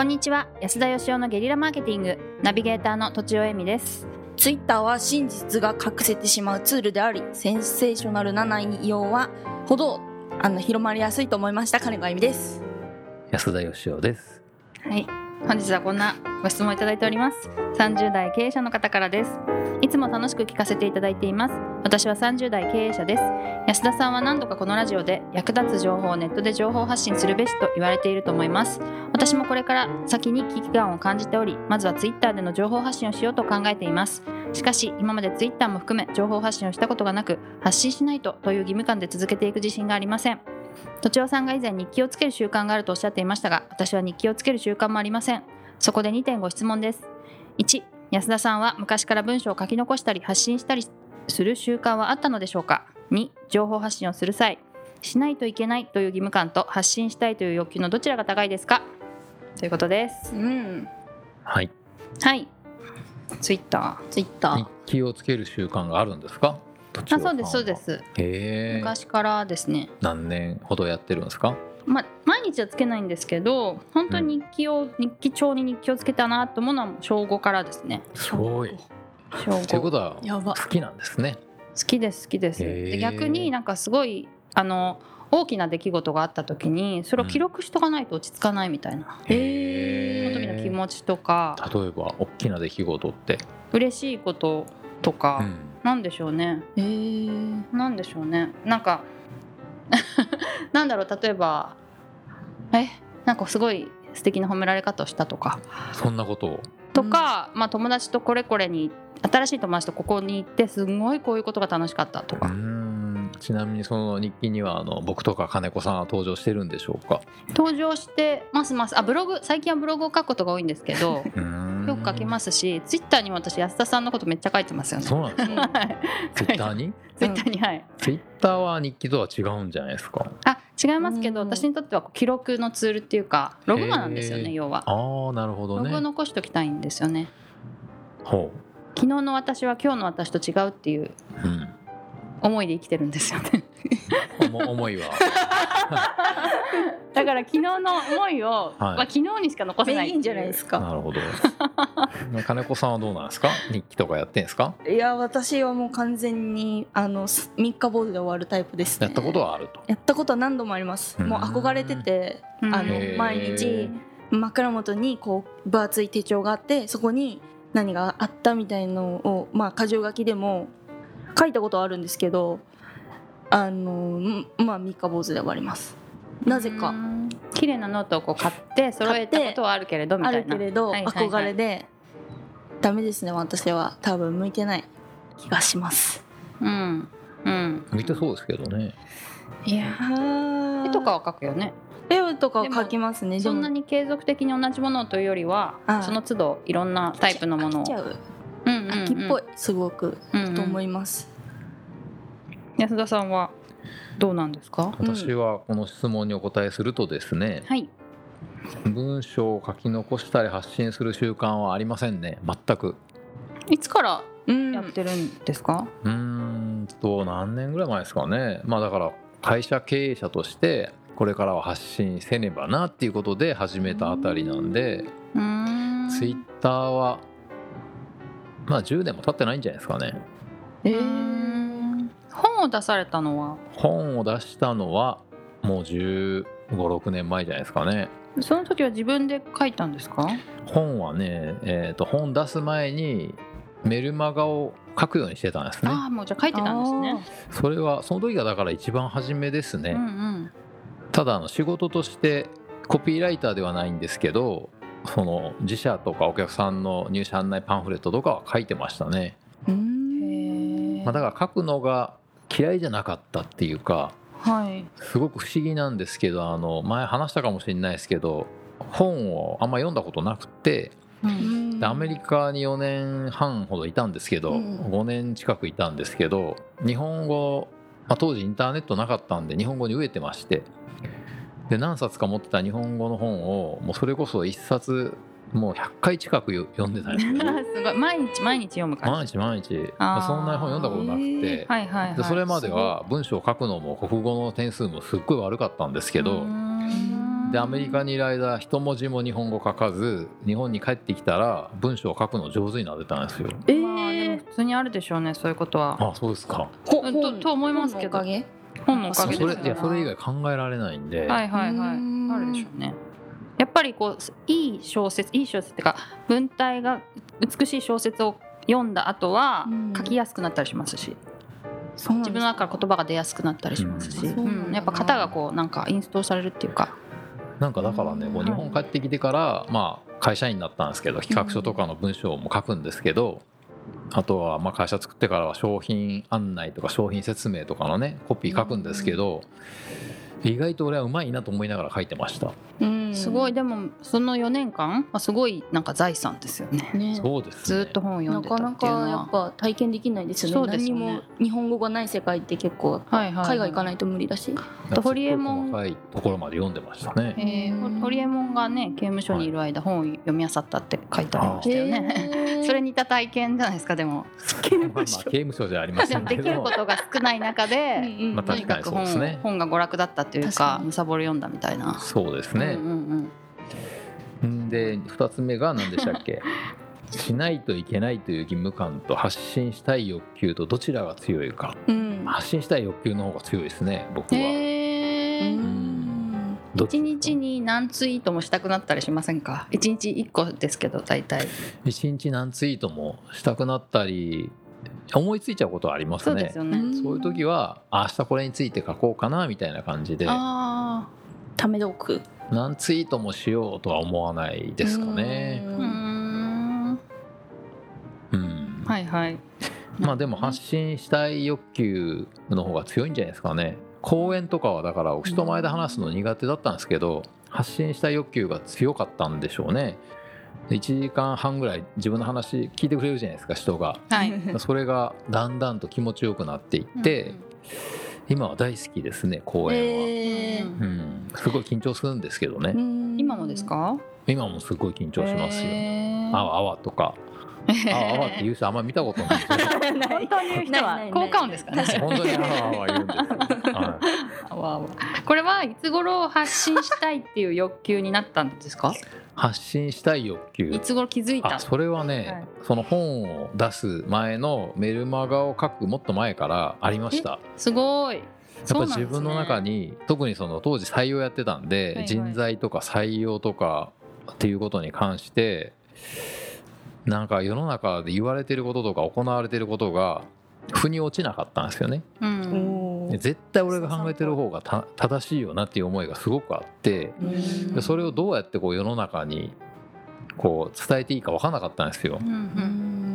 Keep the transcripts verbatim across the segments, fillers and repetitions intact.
こんにちは、安田義雄のゲリラマーケティングナビゲーターの土地尾恵美です。 ツイッターは真実が隠せてしまうツールであり、センセーショナルな内容はほどあの広まりやすいと思いました金子あゆみです。 安田義雄です。 はい、本日はこんなご質問いただいております。さんじゅう代経営者の方からです。いつも楽しく聞かせていただいています。私はさんじゅう代経営者です。安田さんは何度かこのラジオで役立つ情報をネットで情報発信するべしと言われていると思います。私もこれから先に危機感を感じており、まずはツイッターでの情報発信をしようと考えています。しかし今までツイッターも含め情報発信をしたことがなく、発信しないとという義務感で続けていく自信がありません。とちおさんが以前日記をつける習慣があるとおっしゃっていましたが、私は日記をつける習慣もありません。そこでにてんご質問です。いち、安田さんは昔から文章を書き残したり発信したりする習慣はあったのでしょうか。に、情報発信をする際、しないといけないという義務感と発信したいという欲求のどちらが高いですか、ということです。 うん、 はいはい。ツイッターツイッター日記をつける習慣があるんですか。 あ、そうですそうです。 へー、 昔からですね。 何年ほどやってるんですか。 まあ、毎日はつけないんですけど、本当に日記を、うん、日記帳に日記をつけたなと思うのは小ごからですね。 すごい。 小ごということは好きなんですね。 好きです好きです。で、逆になんかすごいあの大きな出来事があった時にそれを記録しとかないと落ち着かないみたいな、 うん、へその時の気持ちとか。 例えば大きな出来事って嬉しいこととか、うん、なんでしょうね。 へー、 なんでしょうね。なんかなんだろう、例えばえなんかすごい素敵な褒められ方をしたとか、 そんなことをとか、うん、まあ、友達とこれこれに新しい友達とここに行ってすごいこういうことが楽しかったとか。 うーん、ちなみにその日記にはあの僕とか金子さんは登場してるんでしょうか。 登場してますます。あ、ブログ、最近はブログを書くことが多いんですけどよく書きますし、ツイッターにも私安田さんのことめっちゃ書いてますよね。 そうなんですかツイッターにツイッターに、はい。 ツイッターは日記とは違うんじゃないですか。 あ、違いますけど、私にとっては記録のツールっていうかログマなんですよね。要は。 ああ、なるほどね。 ログを残しておきたいんですよね。 ほう。 昨日の私は今日の私と違うっていう思いで生きてるんですよね。 思いはだから昨日の思いを、はい、まあ、昨日にしか残せないいいんじゃないですか。 なるほど金子さんはどうなんですか。日記とかやってんですか。 いや、私はもう完全にあの三日坊主で終わるタイプですね。 やったことはあると。 やったことは何度もあります。もう憧れてて、あの毎日枕元にこう分厚い手帳があって、そこに何があったみたいのを、まあ、箇条書きでも書いたことはあるんですけど、あのまあ三日坊主で終わります。なぜか綺麗なノートをこう買って揃えたことはあるけれどみたいな。 あるけれど、はいはいはい、憧れでダメですね。私は多分向いてない気がします。 うんうん、 向いてそうですけどね。 いやー、絵とかは描くよね。 絵とか描きますね。 そんなに継続的に同じものというよりは、その都度いろんなタイプのものを。飽きちゃう、うんうんうん、 秋っぽいすごく、うんうん、と思います。 安田さんはどうなんですか。 私はこの質問にお答えするとですね、 はい、 文章を書き残したり発信する習慣はありませんね。全く。 いつからやってるんですか。 うーんと何年ぐらい前ですかね。まあだから会社経営者としてこれからは発信せねばなっていうことで始めたあたりなんで、 うーん、 ツイッターはまあじゅうねんも経ってないんじゃないですかね。 えー、本を出されたのは本を出したのはもうじゅうご、ろくねんまえじゃないですかね。 その時は自分で書いたんですか。 本はね、えーと本出す前にメルマガを書くようにしてたんですね。 ああ、もうじゃあ書いてたんですね。 それはその時がだから一番初めですね、 うんうん、 ただあの仕事としてコピーライターではないんですけど、その自社とかお客さんの入社案内パンフレットとかは書いてましたね。 うーん、 まあ、だから書くのが嫌いじゃなかったっていうか、 はい、 すごく不思議なんですけど、あの前話したかもしれないですけど、本をあんま読んだことなくて、うん、でアメリカによねんはんほどいたんですけど、うん、ごねん近くいたんですけど、日本語、まあ、当時インターネットなかったんで日本語に飢えてまして、で何冊か持ってた日本語の本をもうそれこそいっさつもうひゃっかい近く読んでたんですけどすごい、毎日毎日読む感じ。 毎日毎日、まあ、そんな本読んだことなくて、 はいはいはい、 でそれまでは文章を書くのも国語の点数もすっごい悪かったんですけど、 でアメリカにいる間一文字も日本語書かず日本に帰ってきたら文章を書くの上手になってたんですよ。 えー、まあでも普通にあるでしょうねそういうことは。 あ、そうですか。 ほとと思いますけど。 本のおかげ本のおかげですそれいやそれ以外考えられないんで、 はいはいはいあるでしょうね。やっぱりこういい小説いい小説っていうか文体が美しい小説を読んだ後は書きやすくなったりしますし、うん、自分の中から言葉が出やすくなったりしますし、うんうん、やっぱ型がこうなんかインストールされるっていうかなんかだからね、こう日本帰ってきてから、まあ、会社員になったんですけど企画書とかの文章も書くんですけど、あとはまあ会社作ってからは商品案内とか商品説明とかのねコピー書くんですけど、意外と俺はうまいなと思いながら書いてました。 うん、すごい。でもそのよねんかんはすごいなんか財産ですよ ね, ねそうですね。 ずっと本を読んでたっていうのはなかなかやっぱ体験できないですよね。 そうですよね。 何も日本語がない世界って結構海外行かないと無理だし、 はいはいはい、ホリエモン細かいところまで読んでましたね。 えー、ホリエモンがね刑務所にいる間本を読み漁ったって書いてありましたよね。それに似た体験じゃないですか。でも刑務所、まあ、まあ、刑務所じゃありませんけどできることが少ない中でうん、まあ、確かにそうですね。本が娯楽だったっていうかむさぼり読んだみたいな。 そうですね、うんうんうん、でふたつめが何でしたっけしないといけないという義務感と発信したい欲求とどちらが強いか、うん、発信したい欲求の方が強いですね僕は。へー、うん、 いちにちに何ツイートもしたくなったりしませんか。いちにちいっこですけど大体いちにち何ツイートもしたくなったり思いついちゃうことはありますね。 そうですよね。 そういう時は明日これについて書こうかなみたいな感じであためておく。 何ツイートもしようとは思わないですかね。うーん、うん、 はいはい。 まあでも発信したい欲求の方が強いんじゃないですかね。講演とかはだから人前で話すの苦手だったんですけど発信したい欲求が強かったんでしょうね。いちじかんはんぐらい自分の話聞いてくれるじゃないですか人が、はい、それがだんだんと気持ちよくなっていって、うんうん、今は大好きですね講演は、えーうん、すごい緊張するんですけどね。 今もですか。 今もすごい緊張しますよ、えー、あわあわとかあわあわって言う人あんま見たことないですよ本当に言う人は効果音ですかね。 本当にあわあわ言うんですよ、はい、 あわあわ。これはいつ頃発信したいっていう欲求になったんですか。 発信したい欲求いつ頃気づいた。 あそれはね、はい、その本を出す前のメルマガを書くもっと前からありました。 すごい。 やっぱ自分の中に、ね、特にその当時採用やってたんで、はいはい、人材とか採用とかっていうことに関してなんか世の中で言われてることとか行われてることが腑に落ちなかったんですよね、うん、絶対俺が考えてる方がた正しいよなっていう思いがすごくあって、うん、それをどうやってこう世の中にこう伝えていいか分からなかったんですよ、うん、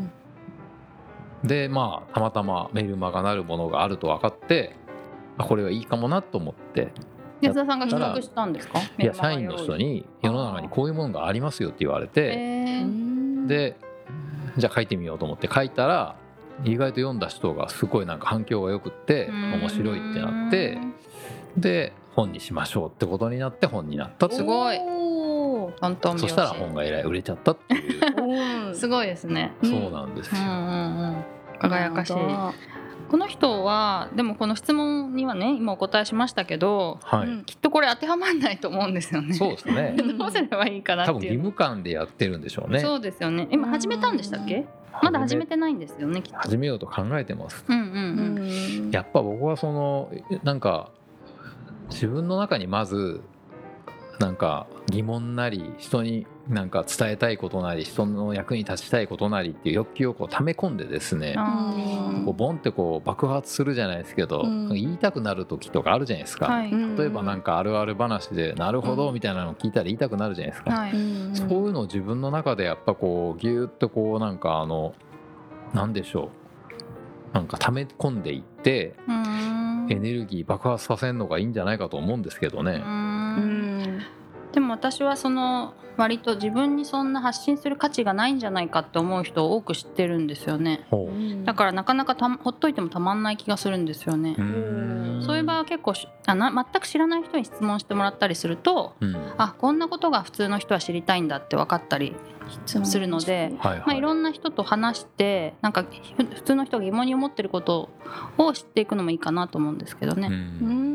でまあたまたまメルマガなるものがあると分かってこれはいいかもなと思って安田さんが企画したんですか。 いや社員の人に世の中にこういうものがありますよって言われて、えー、でじゃあ書いてみようと思って書いたら意外と読んだ人がすごいなんか反響がよくって面白いってなってで本にしましょうってことになって本になったって。 すごい。トントン拍子。 そしたら本がえらい売れちゃったっていうすごいですね。 そうなんですよ、うんうんうん、 輝かしい。この人はでもこの質問にはね今お答えしましたけど、はい、きっとこれ当てはまらないと思うんですよね。 そうですねどうすればいいかなっていう。 多分義務感でやってるんでしょうね。 そうですよね。今始めたんでしたっけ。まだ始めてないんですよねきっと。 始めようと考えてます、うんうんうん、やっぱ僕はそのなんか自分の中にまずなんか疑問なり人になんか伝えたいことなり人の役に立ちたいことなりっていう欲求をこう溜め込んでですねこうボンってこう爆発するじゃないですけど、うん、言いたくなる時とかあるじゃないですか、はい、例えばなんかあるある話でなるほどみたいなのを聞いたら言いたくなるじゃないですか、はい、そういうのを自分の中でやっぱこうギューッとこうなんかあのなんでしょうなんか溜め込んでいってエネルギー爆発させるのがいいんじゃないかと思うんですけどね。うーんでも私はその割と自分にそんな発信する価値がないんじゃないかって思う人を多く知ってるんですよね。だからなかなかたほっといてもたまんない気がするんですよね。うそういう場合は結構あな全く知らない人に質問してもらったりすると、うん、あこんなことが普通の人は知りたいんだって分かったりするので、はいはいまあ、いろんな人と話してなんか普通の人が疑問に思ってることを知っていくのもいいかなと思うんですけどね。うん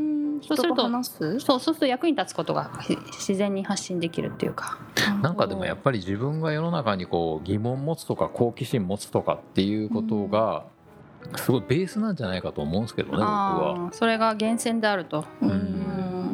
そうすると話すそうそうすると役に立つことが自然に発信できるっていうか、 なんかでもやっぱり自分が世の中にこう疑問持つとか好奇心持つとかっていうことがすごいベースなんじゃないかと思うんですけどね、僕は。 それが源泉であると、 うん、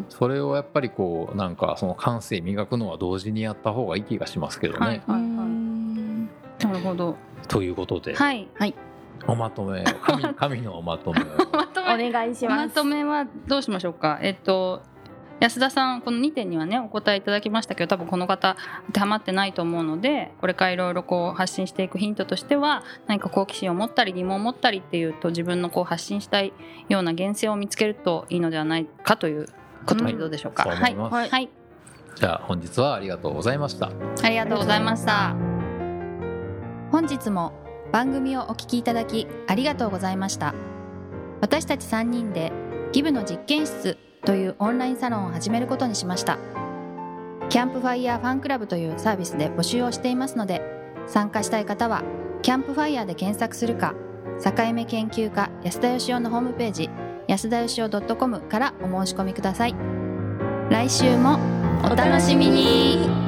それをやっぱりこうなんかその感性磨くのは同時にやった方がいい気がしますけどね。 はいはいはい、なるほど。 ということで、 はい、はい、 おまとめ 神, 神のおまとめをお願いします。 おまとめはどうしましょうか。えっと安田さん、このにてんにはねお答えいただきましたけど、多分この方当てはまってないと思うので、これからいろいろこう発信していくヒントとしては、何か好奇心を持ったり疑問を持ったりっていうと、自分のこう発信したいような源泉を見つけるといいのではないかということでどうでしょうか。 うん、そう思います。 はい、はい、 じゃあ本日はありがとうございました。 ありがとうございました。本日も番組をお聞きいただきありがとうございました。私たちさんにんでギブの実験室というオンラインサロンを始めることにしました。キャンプファイヤーファンクラブというサービスで募集をしていますので、参加したい方はキャンプファイヤーで検索するか、境目研究家安田義雄のホームページ安田義雄 .com からお申し込みください。来週もお楽しみに。